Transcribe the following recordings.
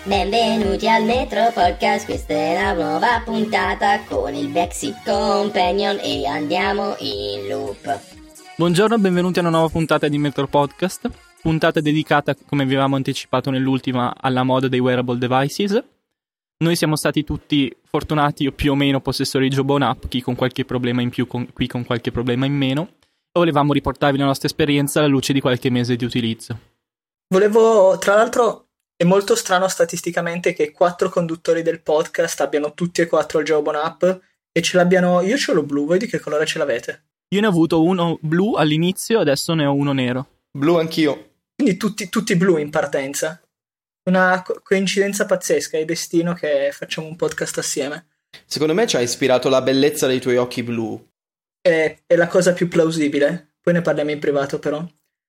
Benvenuti al Metro Podcast, questa è la nuova puntata con il Brexit Companion e andiamo in loop. Buongiorno, benvenuti a una nuova puntata di Metro Podcast, puntata dedicata, come vi avevamo anticipato nell'ultima, alla moda dei wearable devices. Noi siamo stati tutti fortunati o più o meno possessori di Jawbone App, chi con qualche problema in più, qui con qualche problema in meno, e volevamo riportarvi la nostra esperienza alla luce di qualche mese di utilizzo. Volevo, tra l'altro, è molto strano statisticamente che 4 conduttori del podcast abbiano tutti e 4 il Jawbone App e ce l'abbiano. Io ce l'ho blu, voi di che colore ce l'avete? Io ne ho avuto uno blu all'inizio, adesso ne ho uno nero. Blu anch'io. Quindi tutti blu in partenza. Una coincidenza pazzesca, è destino che facciamo un podcast assieme. Secondo me ci ha ispirato la bellezza dei tuoi occhi blu. È la cosa più plausibile, poi ne parliamo in privato però.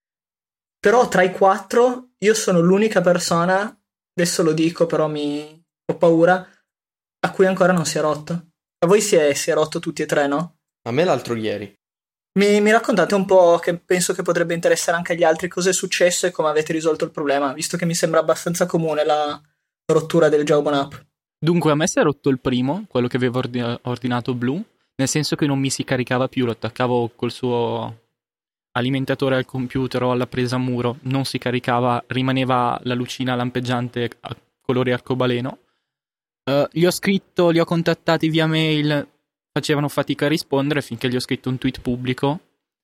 Però tra i 4 io sono l'unica persona, adesso lo dico però ho paura, a cui ancora non si è rotto. A voi si è rotto tutti e 3, no? A me l'altro ieri. Mi raccontate un po', che penso che potrebbe interessare anche agli altri, cosa è successo e come avete risolto il problema, visto che mi sembra abbastanza comune la rottura del Jawbone App. Dunque, a me si è rotto il primo, quello che avevo ordinato blu, nel senso che non mi si caricava più, lo attaccavo col suo alimentatore al computer o alla presa a muro, non si caricava, rimaneva la lucina lampeggiante a colore arcobaleno. Gli ho scritto, li ho contattati via mail, facevano fatica a rispondere finché gli ho scritto un tweet pubblico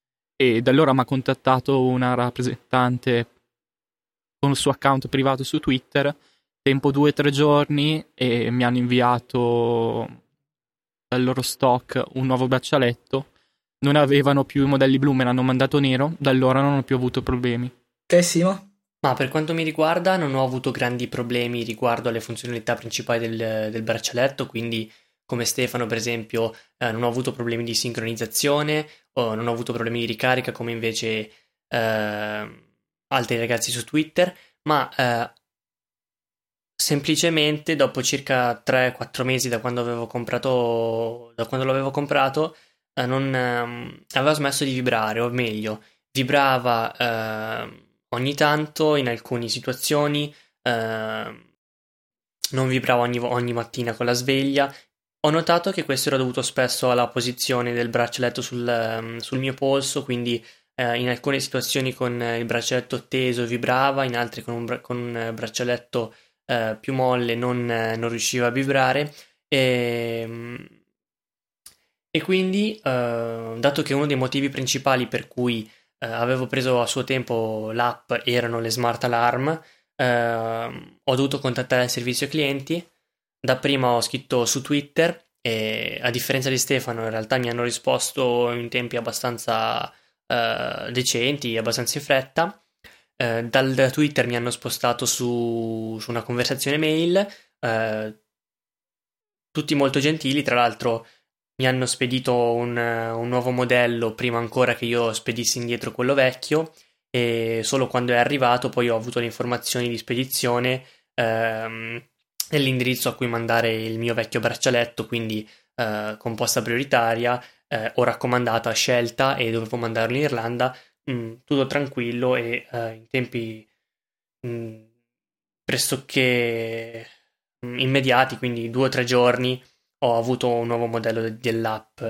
e da allora mi ha contattato una rappresentante con il suo account privato su Twitter, tempo 2 o 3 giorni, e mi hanno inviato dal loro stock un nuovo braccialetto. Non avevano più i modelli blu, me l'hanno mandato nero, da allora non ho più avuto problemi. Te, Simo? Ma per quanto mi riguarda non ho avuto grandi problemi riguardo alle funzionalità principali del braccialetto, quindi come Stefano per esempio non ho avuto problemi di sincronizzazione o non ho avuto problemi di ricarica come invece altri ragazzi su Twitter, ma semplicemente dopo circa 3-4 mesi da quando l'avevo comprato, aveva smesso di vibrare, o meglio, vibrava ogni tanto in alcune situazioni, non vibrava ogni mattina con la sveglia. Ho notato che questo era dovuto spesso alla posizione del braccialetto sul mio polso, quindi in alcune situazioni con il braccialetto teso vibrava, in altre con un braccialetto più molle non riusciva a vibrare. E quindi, dato che uno dei motivi principali per cui avevo preso a suo tempo l'app erano le smart alarm, ho dovuto contattare il servizio clienti. Dapprima ho scritto su Twitter e, a differenza di Stefano, in realtà mi hanno risposto in tempi abbastanza decenti, abbastanza in fretta. Dal Twitter mi hanno spostato su una conversazione mail, tutti molto gentili. Tra l'altro mi hanno spedito un nuovo modello prima ancora che io spedissi indietro quello vecchio, e solo quando è arrivato poi ho avuto le informazioni di spedizione nell'indirizzo a cui mandare il mio vecchio braccialetto, quindi con posta prioritaria o raccomandata scelta, e dovevo mandarlo in Irlanda. Tutto tranquillo e in tempi pressoché immediati, quindi 2 o 3 giorni ho avuto un nuovo modello dell'app.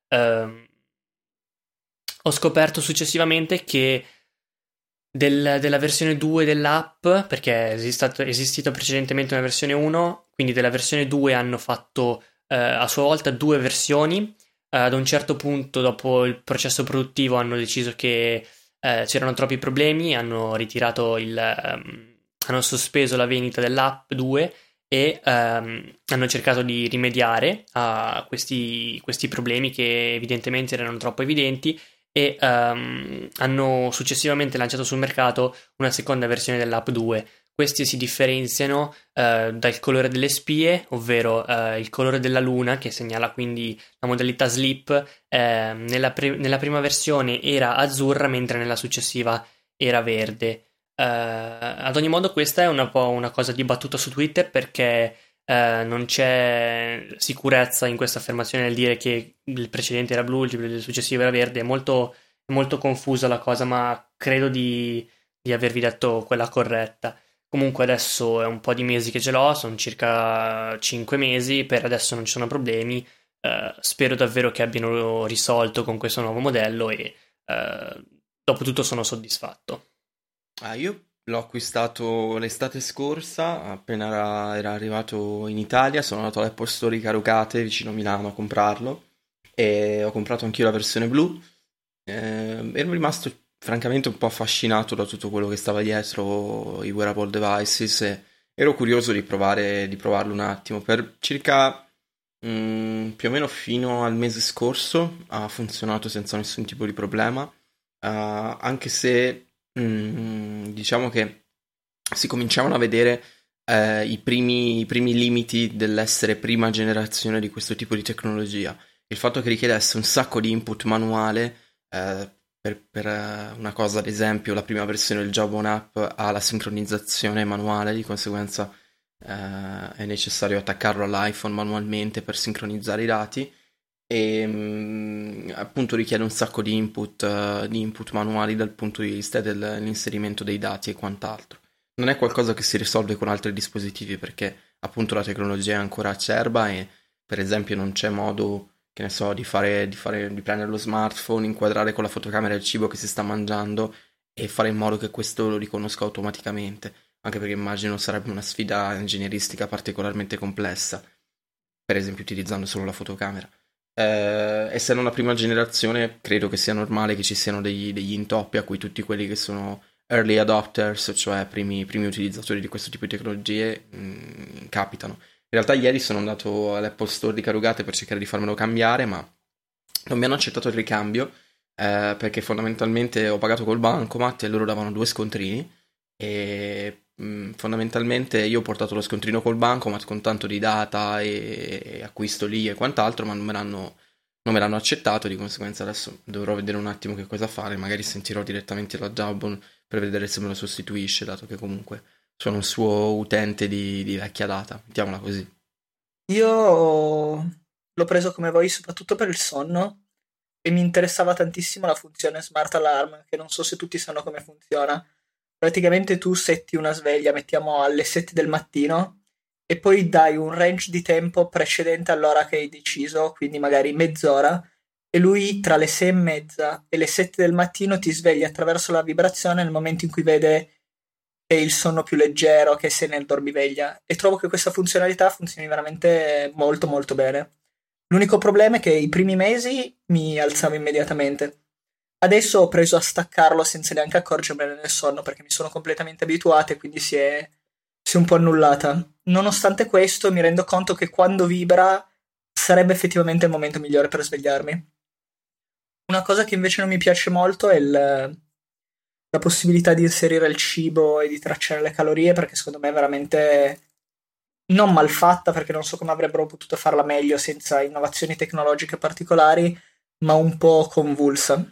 Ho scoperto successivamente che della versione 2 dell'app, perché è esistita precedentemente una versione 1, quindi della versione 2 hanno fatto a sua volta 2 versioni. Ad un certo punto, dopo il processo produttivo, hanno deciso che c'erano troppi problemi, hanno hanno sospeso la vendita dell'app 2 e hanno cercato di rimediare a questi problemi che evidentemente erano troppo evidenti, e hanno successivamente lanciato sul mercato una seconda versione dell'app 2. Questi si differenziano dal colore delle spie, ovvero il colore della luna, che segnala quindi la modalità sleep. Nella prima versione era azzurra, mentre nella successiva era verde. Ad ogni modo, questa è un po' una cosa dibattuta su Twitter, perché non c'è sicurezza in questa affermazione nel dire che il precedente era blu, il successivo era verde. È molto confusa la cosa, ma credo di avervi detto quella corretta. Comunque adesso è un po' di mesi che ce l'ho, sono circa 5 mesi, per adesso non ci sono problemi. Spero davvero che abbiano risolto con questo nuovo modello e dopo tutto sono soddisfatto. Io l'ho acquistato l'estate scorsa, appena era arrivato in Italia, sono andato all'Apple Store di Carucate, vicino a Milano, a comprarlo e ho comprato anch'io la versione blu. Ero rimasto francamente un po' affascinato da tutto quello che stava dietro i wearable devices e ero curioso di provarlo un attimo. Per circa più o meno fino al mese scorso ha funzionato senza nessun tipo di problema, anche se diciamo che si cominciavano a vedere i primi limiti dell'essere prima generazione di questo tipo di tecnologia. Il fatto che richiedesse un sacco di input manuale, per una cosa, ad esempio, la prima versione del Jawbone app ha la sincronizzazione manuale, di conseguenza è necessario attaccarlo all'iPhone manualmente per sincronizzare i dati e appunto richiede un sacco di input manuali dal punto di vista dell'inserimento dei dati e quant'altro. Non è qualcosa che si risolve con altri dispositivi perché appunto la tecnologia è ancora acerba e per esempio non c'è modo, che ne so, di prendere lo smartphone, inquadrare con la fotocamera il cibo che si sta mangiando e fare in modo che questo lo riconosca automaticamente, anche perché immagino sarebbe una sfida ingegneristica particolarmente complessa, per esempio utilizzando solo la fotocamera. Essendo una prima generazione, credo che sia normale che ci siano degli intoppi a cui tutti quelli che sono early adopters, cioè primi utilizzatori di questo tipo di tecnologie, capitano. In realtà ieri sono andato all'Apple Store di Carugate per cercare di farmelo cambiare, ma non mi hanno accettato il ricambio, perché fondamentalmente ho pagato col bancomat e loro davano 2 scontrini e fondamentalmente io ho portato lo scontrino col bancomat con tanto di data e acquisto lì e quant'altro, ma non me l'hanno accettato, di conseguenza adesso dovrò vedere un attimo che cosa fare, magari sentirò direttamente la Jawbone per vedere se me lo sostituisce, dato che comunque sono un suo utente di vecchia data, mettiamola così. Io l'ho preso come voi soprattutto per il sonno e mi interessava tantissimo la funzione Smart Alarm, che non so se tutti sanno come funziona. Praticamente tu setti una sveglia, mettiamo alle 7 del mattino, e poi dai un range di tempo precedente all'ora che hai deciso, quindi magari mezz'ora, e lui tra le 6:30 e le 7 del mattino ti sveglia attraverso la vibrazione nel momento in cui vede che il sonno più leggero, che sei nel dormiveglia. E trovo che questa funzionalità funzioni veramente molto molto bene. L'unico problema è che i primi mesi mi alzavo immediatamente. Adesso ho preso a staccarlo senza neanche accorgermene nel sonno perché mi sono completamente abituato e quindi si è un po' annullata. Nonostante questo mi rendo conto che quando vibra sarebbe effettivamente il momento migliore per svegliarmi. Una cosa che invece non mi piace molto è la possibilità di inserire il cibo e di tracciare le calorie, perché secondo me è veramente non malfatta, perché non so come avrebbero potuto farla meglio senza innovazioni tecnologiche particolari, ma un po' convulsa.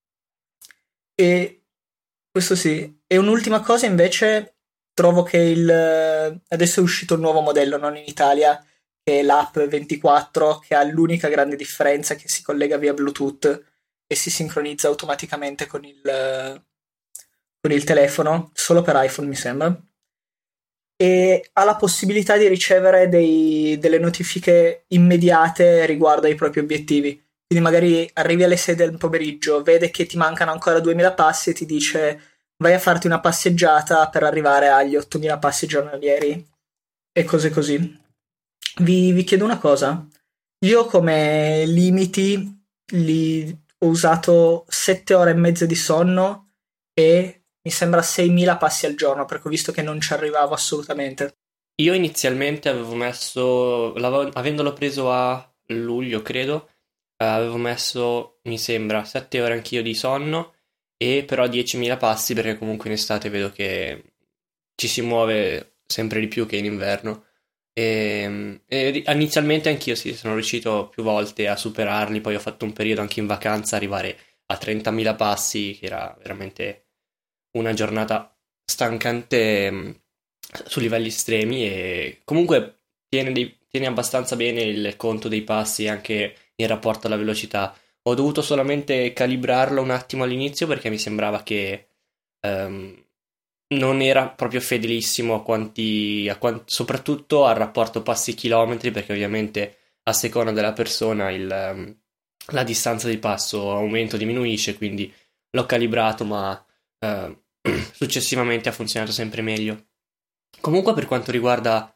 E questo sì. E un'ultima cosa invece, trovo che adesso è uscito il nuovo modello, non in Italia, che è l'App 24, che ha l'unica grande differenza che si collega via Bluetooth e si sincronizza automaticamente con il telefono, solo per iPhone mi sembra, e ha la possibilità di ricevere delle notifiche immediate riguardo ai propri obiettivi. Quindi magari arrivi alle 6 del pomeriggio, vede che ti mancano ancora 2000 passi e ti dice vai a farti una passeggiata per arrivare agli 8000 passi giornalieri e cose così. Vi chiedo una cosa. Io come limiti ho usato 7 ore e mezza di sonno e mi sembra 6000 passi al giorno, perché ho visto che non ci arrivavo assolutamente. Io inizialmente avevo messo, avendolo preso a luglio credo, avevo messo, mi sembra, 7 ore anch'io di sonno e però 10.000 passi perché comunque in estate vedo che ci si muove sempre di più che in inverno. E inizialmente anch'io sì, sono riuscito più volte a superarli, poi ho fatto un periodo anche in vacanza arrivare a 30.000 passi, che era veramente una giornata stancante su livelli estremi, e comunque tiene abbastanza bene il conto dei passi anche in rapporto alla velocità. Ho dovuto solamente calibrarlo un attimo all'inizio perché mi sembrava che non era proprio fedelissimo soprattutto al rapporto passi-chilometri, perché ovviamente a seconda della persona la distanza di passo aumenta o diminuisce, quindi l'ho calibrato, ma successivamente ha funzionato sempre meglio. Comunque, per quanto riguarda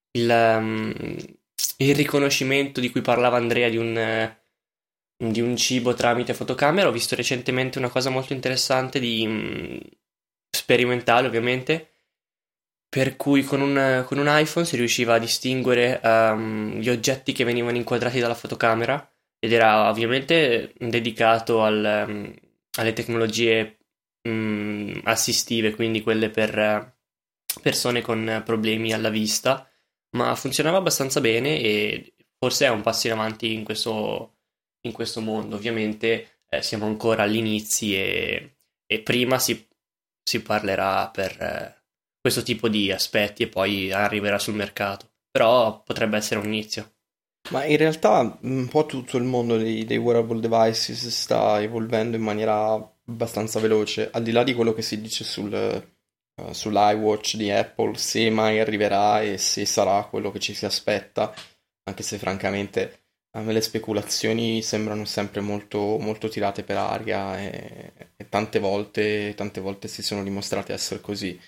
il riconoscimento di cui parlava Andrea di un cibo tramite fotocamera, ho visto recentemente una cosa molto interessante sperimentale, ovviamente, per cui con un iPhone si riusciva a distinguere gli oggetti che venivano inquadrati dalla fotocamera, ed era ovviamente dedicato alle tecnologie assistive, quindi quelle per persone con problemi alla vista, ma funzionava abbastanza bene e forse è un passo in avanti in questo mondo. Ovviamente siamo ancora agli inizi e prima si parlerà per questo tipo di aspetti e poi arriverà sul mercato, però potrebbe essere un inizio. Ma in realtà un po' tutto il mondo dei wearable devices sta evolvendo in maniera abbastanza veloce, al di là di quello che si dice sull'iWatch di Apple, se mai arriverà e se sarà quello che ci si aspetta, anche se francamente a me le speculazioni sembrano sempre molto, molto tirate per aria e tante volte si sono dimostrate essere così.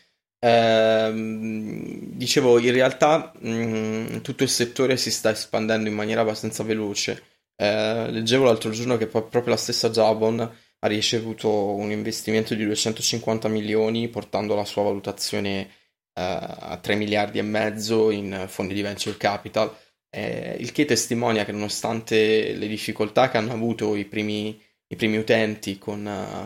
Dicevo, in realtà tutto il settore si sta espandendo in maniera abbastanza veloce. Leggevo l'altro giorno che proprio la stessa Jabon ha ricevuto un investimento di 250 milioni, portando la sua valutazione a 3 miliardi e mezzo in fondi di venture capital, il che testimonia che nonostante le difficoltà che hanno avuto i primi utenti con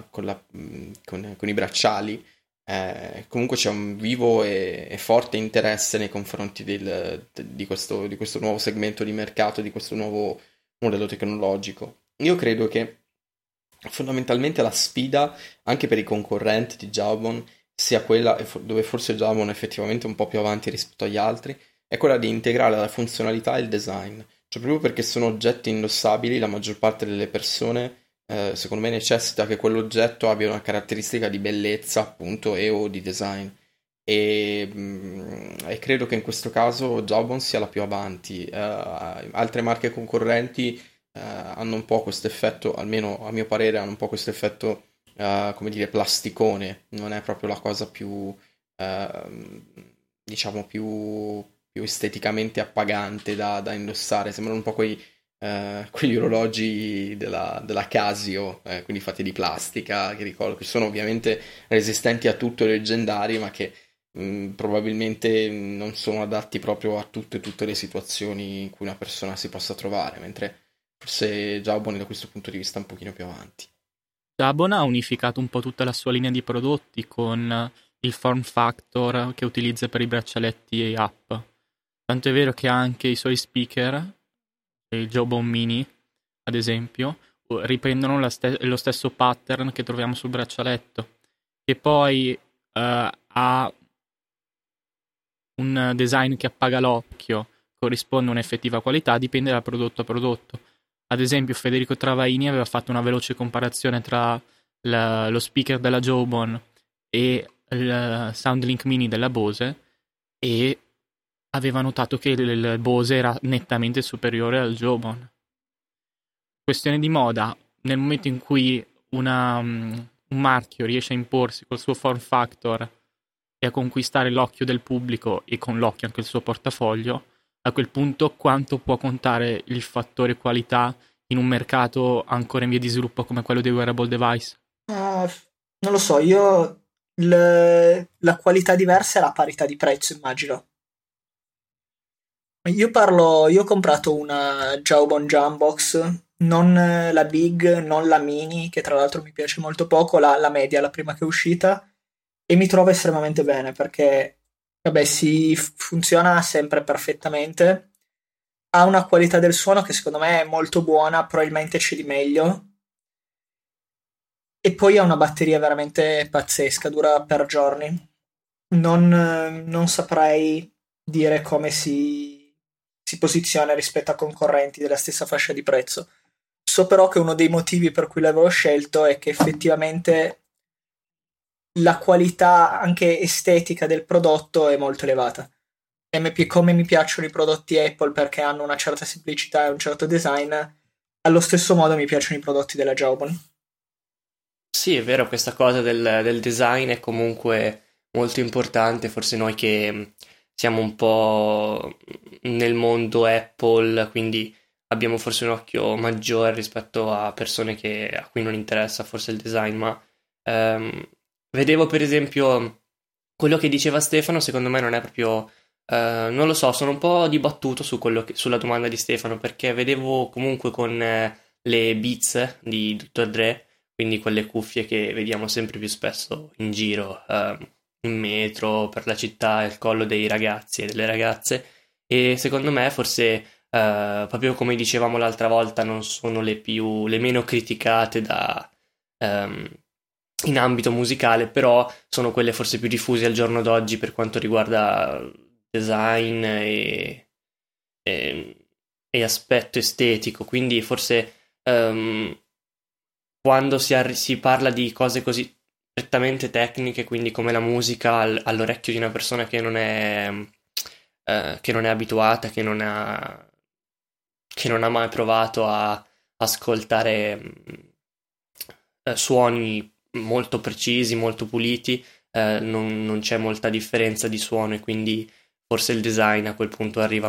i bracciali, comunque c'è un vivo e forte interesse nei confronti di questo nuovo segmento di mercato, di questo nuovo modello tecnologico. Io credo che fondamentalmente la sfida anche per i concorrenti di Jawbone sia quella, dove forse Jawbone è effettivamente un po' più avanti rispetto agli altri, è quella di integrare la funzionalità e il design. Cioè, proprio perché sono oggetti indossabili, la maggior parte delle persone secondo me necessita che quell'oggetto abbia una caratteristica di bellezza, appunto, e o di design. E credo che in questo caso Jawbone sia la più avanti. Altre marche concorrenti hanno un po' questo effetto, almeno a mio parere, hanno un po' questo effetto, come dire, plasticone. Non è proprio la cosa più, diciamo, più esteticamente appagante da indossare. Sembrano un po' quegli orologi della Casio, quindi fatti di plastica, che ricordo che sono ovviamente resistenti a tutto e leggendari, ma che probabilmente non sono adatti proprio a tutte le situazioni in cui una persona si possa trovare, mentre forse Jawbone da questo punto di vista è un pochino più avanti. Jawbone ha unificato un po' tutta la sua linea di prodotti con il form factor che utilizza per i braccialetti e app. Tanto è vero che anche i suoi speaker, il Jawbone Mini, ad esempio, riprendono lo stesso pattern che troviamo sul braccialetto, che poi ha un design che appaga l'occhio, corrisponde a un'effettiva qualità, dipende da prodotto a prodotto. Ad esempio, Federico Travaini aveva fatto una veloce comparazione tra lo speaker della Jawbone e il SoundLink Mini della Bose e aveva notato che il Bose era nettamente superiore al Jawbone. Questione di moda, nel momento in cui un marchio riesce a imporsi col suo form factor e a conquistare l'occhio del pubblico e con l'occhio anche il suo portafoglio, a quel punto quanto può contare il fattore qualità in un mercato ancora in via di sviluppo come quello dei wearable device? Non lo so, io la qualità diversa è la parità di prezzo, immagino. Io ho comprato una Jawbone Jambox, non la Big, non la Mini, che tra l'altro mi piace molto poco, la media, la prima che è uscita, e mi trovo estremamente bene perché, vabbè, funziona sempre perfettamente, ha una qualità del suono che secondo me è molto buona, probabilmente c'è di meglio, e poi ha una batteria veramente pazzesca, dura per giorni. Non saprei dire come si posiziona rispetto a concorrenti della stessa fascia di prezzo. So però che uno dei motivi per cui l'avevo scelto è che effettivamente la qualità anche estetica del prodotto è molto elevata. Come mi piacciono i prodotti Apple perché hanno una certa semplicità e un certo design, allo stesso modo mi piacciono i prodotti della Jawbone. Sì, è vero, questa cosa del design è comunque molto importante, forse noi che siamo un po' nel mondo Apple, quindi abbiamo forse un occhio maggiore rispetto a persone a cui non interessa forse il design, ma vedevo per esempio quello che diceva Stefano, secondo me non è proprio, non lo so, sono un po' dibattuto sulla domanda di Stefano, perché vedevo comunque con le Beats di Dr. Dre, quindi quelle cuffie che vediamo sempre più spesso in giro, in metro, per la città, il collo dei ragazzi e delle ragazze, e secondo me forse proprio come dicevamo l'altra volta non sono le meno criticate in ambito musicale, però sono quelle forse più diffuse al giorno d'oggi per quanto riguarda design e aspetto estetico, quindi forse quando si parla di cose così prettamente tecniche, quindi come la musica all'orecchio di una persona che non è abituata, che non ha mai provato a ascoltare suoni molto precisi, molto puliti, non c'è molta differenza di suono, e quindi forse il design a quel punto arriva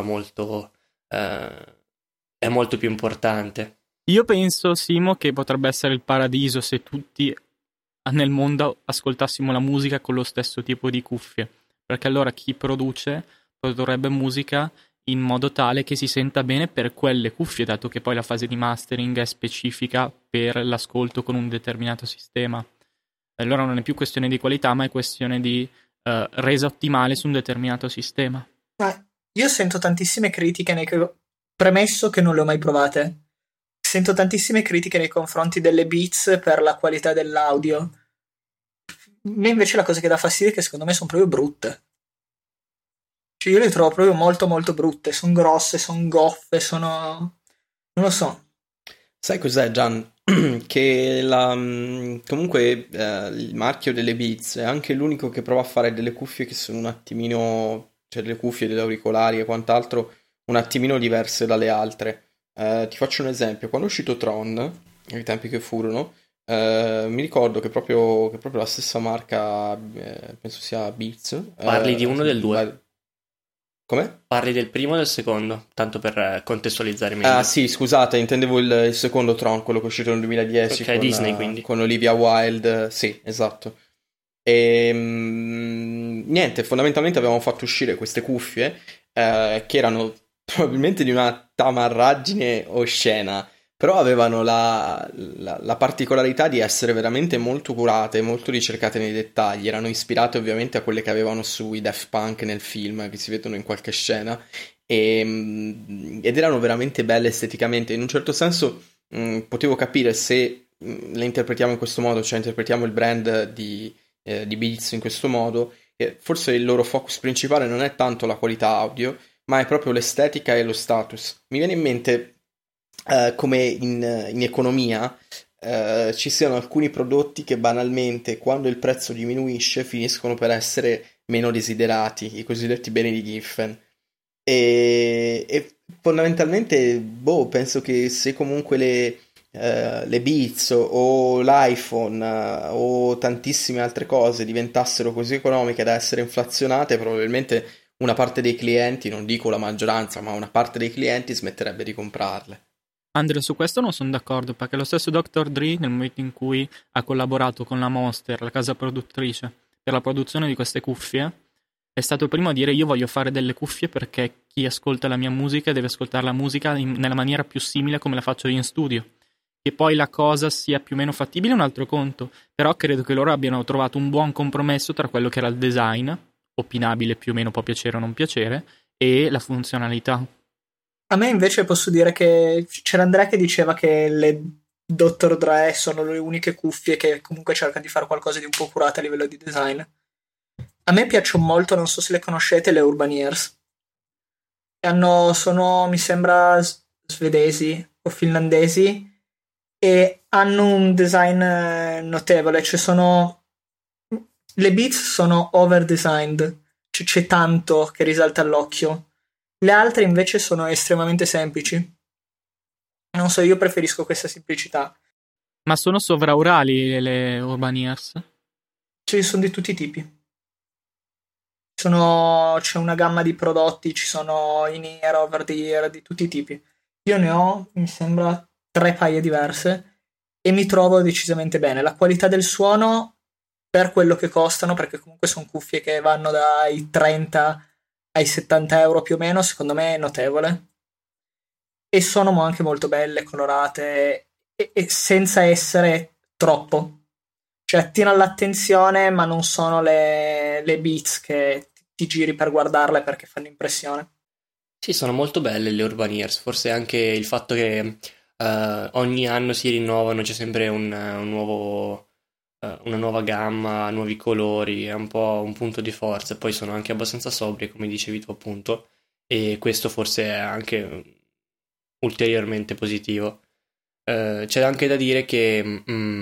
è molto più importante. Io penso, Simo, che potrebbe essere il paradiso se tutti nel mondo ascoltassimo la musica con lo stesso tipo di cuffie, perché allora chi produrrebbe musica in modo tale che si senta bene per quelle cuffie, dato che poi la fase di mastering è specifica per l'ascolto con un determinato sistema. Allora non è più questione di qualità, ma è questione di resa ottimale su un determinato sistema. Ma io sento tantissime critiche, premesso che non le ho mai provate, sento tantissime critiche nei confronti delle Beats per la qualità dell'audio. A me invece la cosa che dà fastidio è che secondo me sono proprio brutte. Cioè io le trovo proprio molto molto brutte, sono grosse, sono goffe, non lo so. Sai cos'è, Gian? Che comunque il marchio delle Beats è anche l'unico che prova a fare delle cuffie che sono un attimino, cioè delle cuffie, degli auricolari e quant'altro, un attimino diverse dalle altre. Ti faccio un esempio: quando è uscito Tron, ai tempi che furono, mi ricordo che proprio la stessa marca, penso sia Beats. Parli di uno o del due? Come? Parli del primo o del secondo? Tanto per contestualizzare meglio. Ah sì, scusate, intendevo il secondo Tron, quello che è uscito nel 2010 Ok, Disney quindi. con Olivia Wilde, sì, esatto. E niente, fondamentalmente avevamo fatto uscire queste cuffie che erano probabilmente di una tamarraggine oscena, però avevano la particolarità di essere veramente molto curate, molto ricercate nei dettagli. Erano ispirate ovviamente a quelle che avevano sui Daft Punk nel film, che si vedono in qualche scena, ed erano veramente belle esteticamente. In un certo senso potevo capire se le interpretiamo in questo modo, cioè interpretiamo il brand di Beats in questo modo, forse il loro focus principale non è tanto la qualità audio, ma è proprio l'estetica e lo status. Mi viene in mente come in economia ci siano alcuni prodotti che banalmente, quando il prezzo diminuisce, finiscono per essere meno desiderati, i cosiddetti beni di Giffen. E fondamentalmente, penso che se comunque le Beats o l'iPhone o tantissime altre cose diventassero così economiche da essere inflazionate, probabilmente una parte dei clienti, non dico la maggioranza, ma una parte dei clienti smetterebbe di comprarle. Andrea, su questo non sono d'accordo, perché lo stesso Dr. Dre, nel momento in cui ha collaborato con la Monster, la casa produttrice, per la produzione di queste cuffie, è stato il primo a dire: io voglio fare delle cuffie perché chi ascolta la mia musica deve ascoltare la musica nella maniera più simile come la faccio io in studio. Che poi la cosa sia più o meno fattibile è un altro conto, però credo che loro abbiano trovato un buon compromesso tra quello che era il design, opinabile più o meno, può piacere o non piacere, e la funzionalità. A me invece posso dire che c'era Andrea che diceva che le Dr. Dre sono le uniche cuffie che comunque cercano di fare qualcosa di un po' curato a livello di design. A me piacciono molto, non so se le conoscete, le Urban Ears. Sono, mi sembra, svedesi o finlandesi e hanno un design notevole, cioè sono le Beats sono over designed, c'è tanto che risalta all'occhio. Le altre invece sono estremamente semplici. Non so, io preferisco questa semplicità. Ma sono sovraurali le Urban Ears? Ci sono di tutti i tipi. C'è una gamma di prodotti, ci sono in-ear, over-the-ear, di tutti i tipi. Io ne ho, mi sembra, 3 paia diverse e mi trovo decisamente bene. La qualità del suono, per quello che costano, perché comunque sono cuffie che vanno dai 30 ai 70 euro più o meno, secondo me è notevole. E sono anche molto belle, colorate, e senza essere troppo. Cioè attirano l'attenzione, ma non sono le Beats che ti giri per guardarle perché fanno impressione. Sì, sono molto belle le Urban Ears, forse anche il fatto che ogni anno si rinnovano, c'è sempre una nuova gamma, nuovi colori, è un po' un punto di forza, e poi sono anche abbastanza sobrie, come dicevi tu appunto, e questo forse è anche ulteriormente positivo. C'è anche da dire che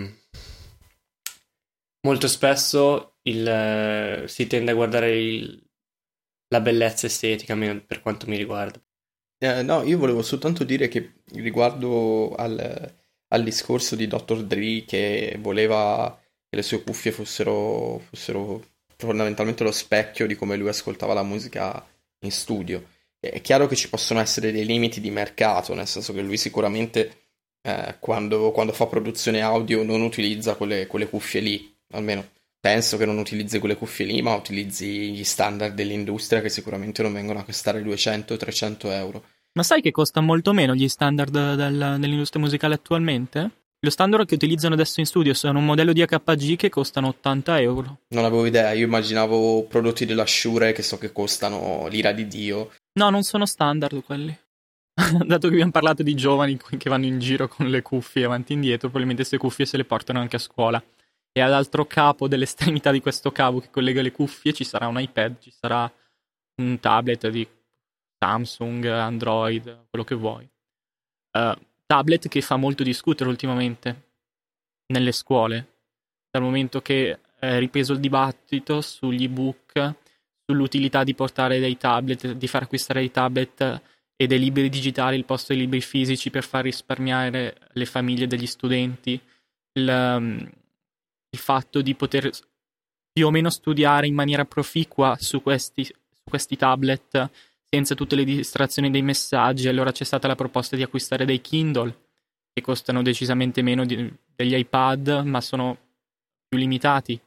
molto spesso si tende a guardare la bellezza estetica, almeno per quanto mi riguarda. No, io volevo soltanto dire che riguardo al discorso di Dr. Dre, che voleva che le sue cuffie fossero fondamentalmente lo specchio di come lui ascoltava la musica in studio. È chiaro che ci possono essere dei limiti di mercato, nel senso che lui sicuramente quando fa produzione audio non utilizza quelle cuffie lì, almeno penso che non utilizzi quelle cuffie lì, ma utilizzi gli standard dell'industria che sicuramente non vengono a costare 200-300 euro. Ma sai che costa molto meno gli standard dell'industria musicale attualmente? Lo standard che utilizzano adesso in studio sono un modello di HG che costano 80 euro. Non avevo idea, io immaginavo prodotti della Shure che so che costano l'ira di Dio. No, non sono standard quelli. Dato che abbiamo parlato di giovani che vanno in giro con le cuffie avanti e indietro, probabilmente queste cuffie se le portano anche a scuola. E all'altro capo dell'estremità di questo cavo che collega le cuffie ci sarà un iPad, ci sarà un tablet di Samsung, Android, quello che vuoi. Tablet che fa molto discutere ultimamente nelle scuole, dal momento che è ripreso il dibattito sugli ebook, sull'utilità di portare dei tablet, di far acquistare dei tablet e dei libri digitali al posto dei libri fisici per far risparmiare le famiglie degli studenti, il fatto di poter più o meno studiare in maniera proficua su questi tablet senza tutte le distrazioni dei messaggi. Allora c'è stata la proposta di acquistare dei Kindle che costano decisamente meno degli iPad, ma sono più limitati.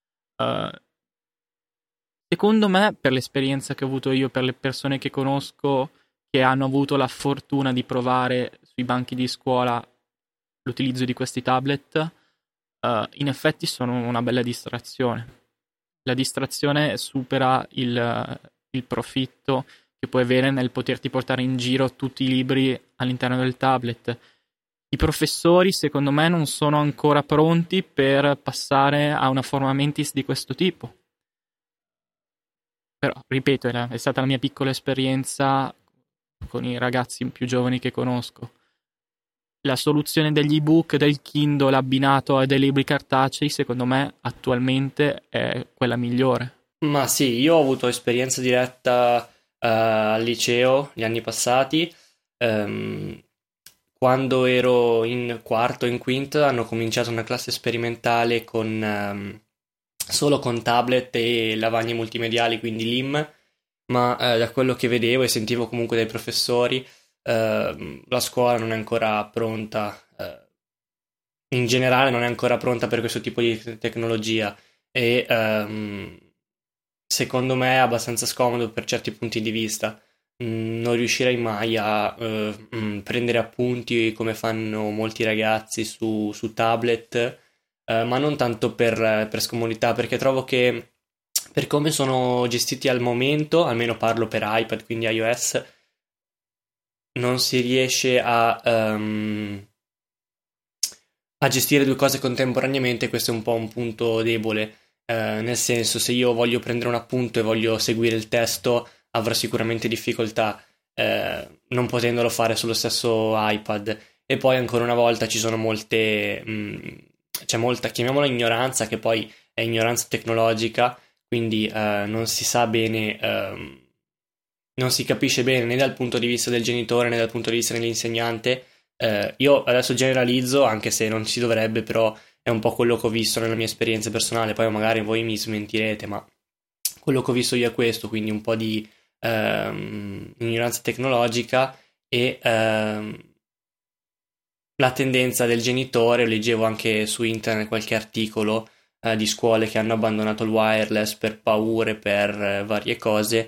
Secondo me, per l'esperienza che ho avuto io, per le persone che conosco che hanno avuto la fortuna di provare sui banchi di scuola l'utilizzo di questi tablet, in effetti sono una bella distrazione. La distrazione supera il profitto che puoi avere nel poterti portare in giro tutti i libri all'interno del tablet. I professori, secondo me, non sono ancora pronti per passare a una forma mentis di questo tipo. Però, ripeto, è stata la mia piccola esperienza con i ragazzi più giovani che conosco. La soluzione degli ebook, del Kindle abbinato a dei libri cartacei, secondo me, attualmente è quella migliore. Ma sì, io ho avuto esperienza diretta al liceo gli anni passati. Quando ero in quarto o in quinto hanno cominciato una classe sperimentale solo con tablet e lavagne multimediali, quindi LIM, ma da quello che vedevo e sentivo comunque dai professori, la scuola non è ancora pronta, in generale non è ancora pronta per questo tipo di tecnologia e secondo me è abbastanza scomodo per certi punti di vista. Non riuscirei mai a prendere appunti come fanno molti ragazzi su tablet, ma non tanto per scomodità, perché trovo che per come sono gestiti al momento, almeno parlo per iPad, quindi iOS, non si riesce a gestire due cose contemporaneamente. Questo è un po' un punto debole, nel senso, se io voglio prendere un appunto e voglio seguire il testo avrò sicuramente difficoltà, non potendolo fare sullo stesso iPad. E poi ancora una volta ci sono c'è molta, chiamiamola ignoranza, che poi è ignoranza tecnologica, quindi non si sa bene, non si capisce bene né dal punto di vista del genitore né dal punto di vista dell'insegnante. Io adesso generalizzo, anche se non si dovrebbe, però è un po' quello che ho visto nella mia esperienza personale, poi magari voi mi smentirete, ma quello che ho visto io è questo, quindi un po' di ignoranza tecnologica e la tendenza del genitore. Leggevo anche su internet qualche articolo di scuole che hanno abbandonato il wireless per paure, per varie cose,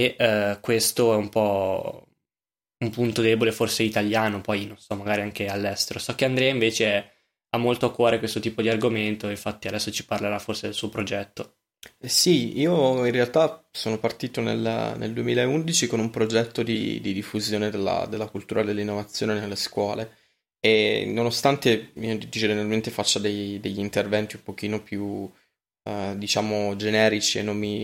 e questo è un po' un punto debole forse italiano, poi non so, magari anche all'estero. So che Andrea invece ha molto a cuore questo tipo di argomento, infatti adesso ci parlerà forse del suo progetto. Sì, io in realtà sono partito nel 2011 con un progetto di diffusione della cultura dell'innovazione nelle scuole, e nonostante io generalmente faccia degli interventi un pochino più diciamo generici e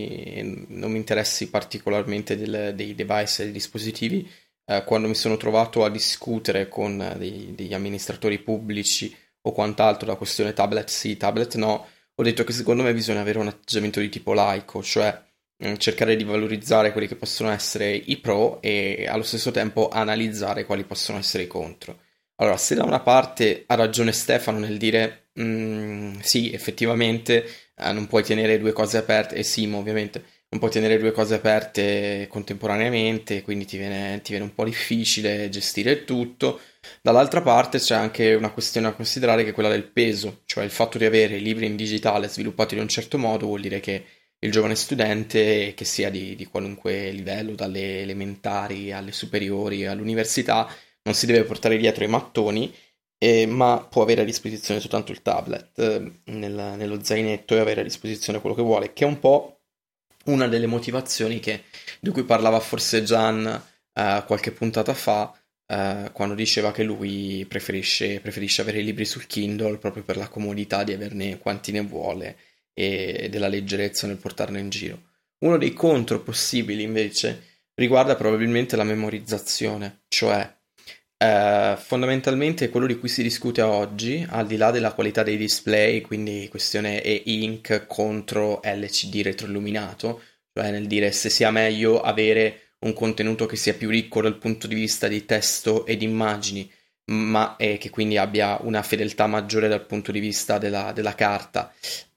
non mi interessi particolarmente dei device e dei dispositivi, quando mi sono trovato a discutere con degli amministratori pubblici o quant'altro la questione tablet sì, tablet no, ho detto che secondo me bisogna avere un atteggiamento di tipo laico, cioè cercare di valorizzare quelli che possono essere i pro e allo stesso tempo analizzare quali possono essere i contro. Allora, se da una parte ha ragione Stefano nel dire sì, effettivamente non puoi tenere due cose aperte, e Simo ovviamente, non puoi tenere due cose aperte contemporaneamente, quindi ti viene un po' difficile gestire il tutto. Dall'altra parte c'è anche una questione da considerare, che è quella del peso, cioè il fatto di avere i libri in digitale sviluppati in un certo modo vuol dire che il giovane studente, che sia di qualunque livello, dalle elementari alle superiori all'università, non si deve portare dietro i mattoni, ma può avere a disposizione soltanto il tablet nello zainetto e avere a disposizione quello che vuole, che è un po' una delle motivazioni di cui parlava forse Gian qualche puntata fa, quando diceva che lui preferisce avere i libri sul Kindle proprio per la comodità di averne quanti ne vuole e della leggerezza nel portarne in giro. Uno dei contro possibili invece riguarda probabilmente la memorizzazione, cioè fondamentalmente quello di cui si discute oggi, al di là della qualità dei display, quindi questione e-ink contro LCD retroilluminato, cioè nel dire se sia meglio avere un contenuto che sia più ricco dal punto di vista di testo e di immagini, ma che quindi abbia una fedeltà maggiore dal punto di vista della carta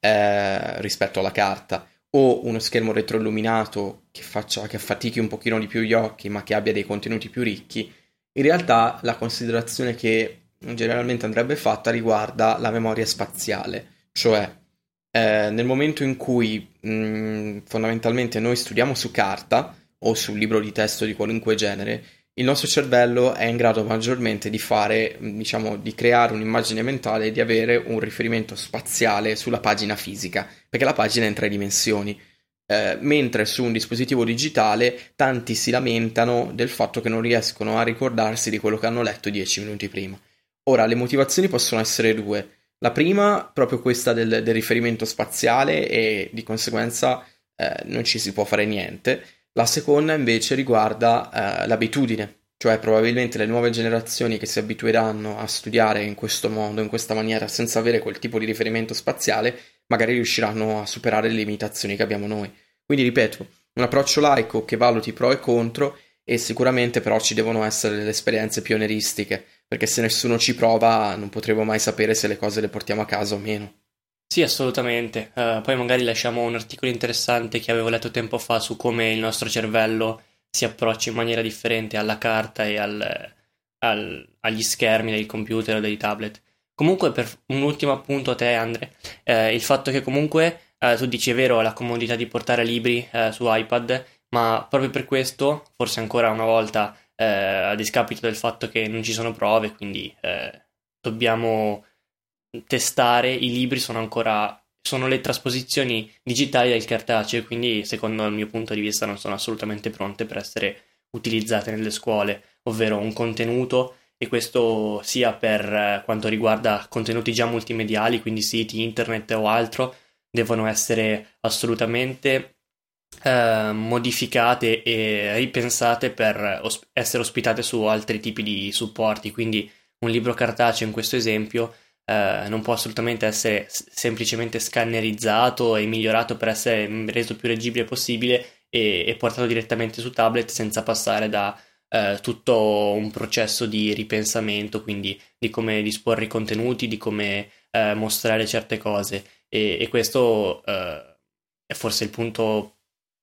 rispetto alla carta, o uno schermo retroilluminato che affatichi un pochino di più gli occhi ma che abbia dei contenuti più ricchi. In realtà la considerazione che generalmente andrebbe fatta riguarda la memoria spaziale, cioè nel momento in cui fondamentalmente noi studiamo su carta o su un libro di testo di qualunque genere, il nostro cervello è in grado maggiormente di fare, diciamo, di creare un'immagine mentale e di avere un riferimento spaziale sulla pagina fisica, perché la pagina è in 3 dimensioni. Mentre su un dispositivo digitale tanti si lamentano del fatto che non riescono a ricordarsi di quello che hanno letto 10 minuti prima. Ora, le motivazioni possono essere 2. La prima, proprio questa del riferimento spaziale, e di conseguenza non ci si può fare niente. La seconda invece riguarda l'abitudine, cioè probabilmente le nuove generazioni che si abitueranno a studiare in questo modo, in questa maniera, senza avere quel tipo di riferimento spaziale, magari riusciranno a superare le limitazioni che abbiamo noi. Quindi ripeto, un approccio laico che valuti pro e contro, e sicuramente però ci devono essere delle esperienze pionieristiche, perché se nessuno ci prova non potremo mai sapere se le cose le portiamo a casa o meno. Sì, assolutamente. Poi magari lasciamo un articolo interessante che avevo letto tempo fa su come il nostro cervello si approccia in maniera differente alla carta e agli schermi del computer o dei tablet. Comunque, per un ultimo appunto a te, Andre, il fatto che comunque tu dici è vero la comodità di portare libri su iPad, ma proprio per questo, forse ancora una volta a discapito del fatto che non ci sono prove, quindi dobbiamo testare, i libri sono le trasposizioni digitali del cartaceo, quindi secondo il mio punto di vista non sono assolutamente pronte per essere utilizzate nelle scuole, ovvero un contenuto, e questo sia per quanto riguarda contenuti già multimediali, quindi siti internet o altro, devono essere assolutamente modificate e ripensate per essere ospitate su altri tipi di supporti. Quindi un libro cartaceo in questo esempio non può assolutamente essere semplicemente scannerizzato e migliorato per essere reso più leggibile possibile e portato direttamente su tablet senza passare da tutto un processo di ripensamento, quindi di come disporre i contenuti, di come mostrare certe cose, e questo è forse il punto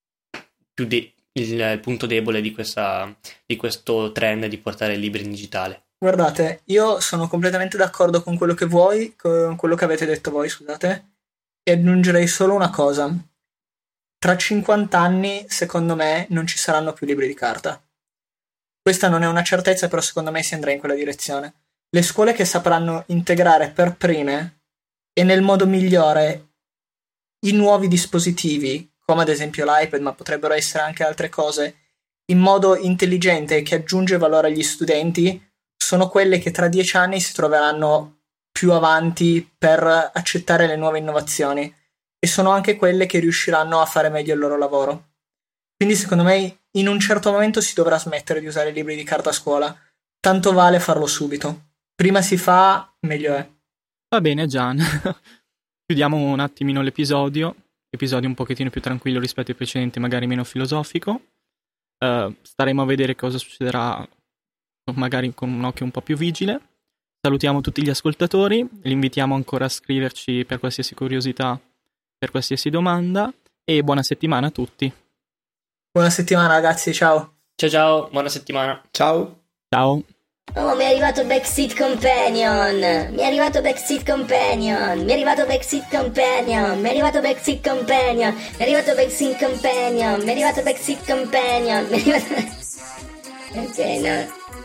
il punto debole di questo trend di portare il libro in digitale. Guardate, io sono completamente d'accordo con quello che con quello che avete detto voi, scusate, e aggiungerei solo una cosa. Tra 50 anni, secondo me, non ci saranno più libri di carta. Questa non è una certezza, però secondo me si andrà in quella direzione. Le scuole che sapranno integrare per prime e nel modo migliore i nuovi dispositivi, come ad esempio l'iPad, ma potrebbero essere anche altre cose, in modo intelligente che aggiunge valore agli studenti, sono quelle che tra 10 anni si troveranno più avanti per accettare le nuove innovazioni e sono anche quelle che riusciranno a fare meglio il loro lavoro. Quindi secondo me in un certo momento si dovrà smettere di usare i libri di carta a scuola. Tanto vale farlo subito. Prima si fa, meglio è. Va bene, Gian. Chiudiamo un attimino l'episodio un pochettino più tranquillo rispetto ai precedenti, magari meno filosofico. Staremo a vedere cosa succederà, magari con un occhio un po' più vigile. Salutiamo tutti gli ascoltatori, li invitiamo ancora a scriverci per qualsiasi curiosità, per qualsiasi domanda, e buona settimana a tutti. Buona settimana ragazzi, ciao. Ciao, buona settimana. Ciao. Ciao. Oh, mi è arrivato Backseat Companion. Mi è arrivato Backseat Companion. Mi è arrivato Backseat Companion. Mi è arrivato Backseat Companion. Mi è arrivato Backseat Companion. Mi è arrivato Backseat Companion. Mi è arrivato... Ok, no.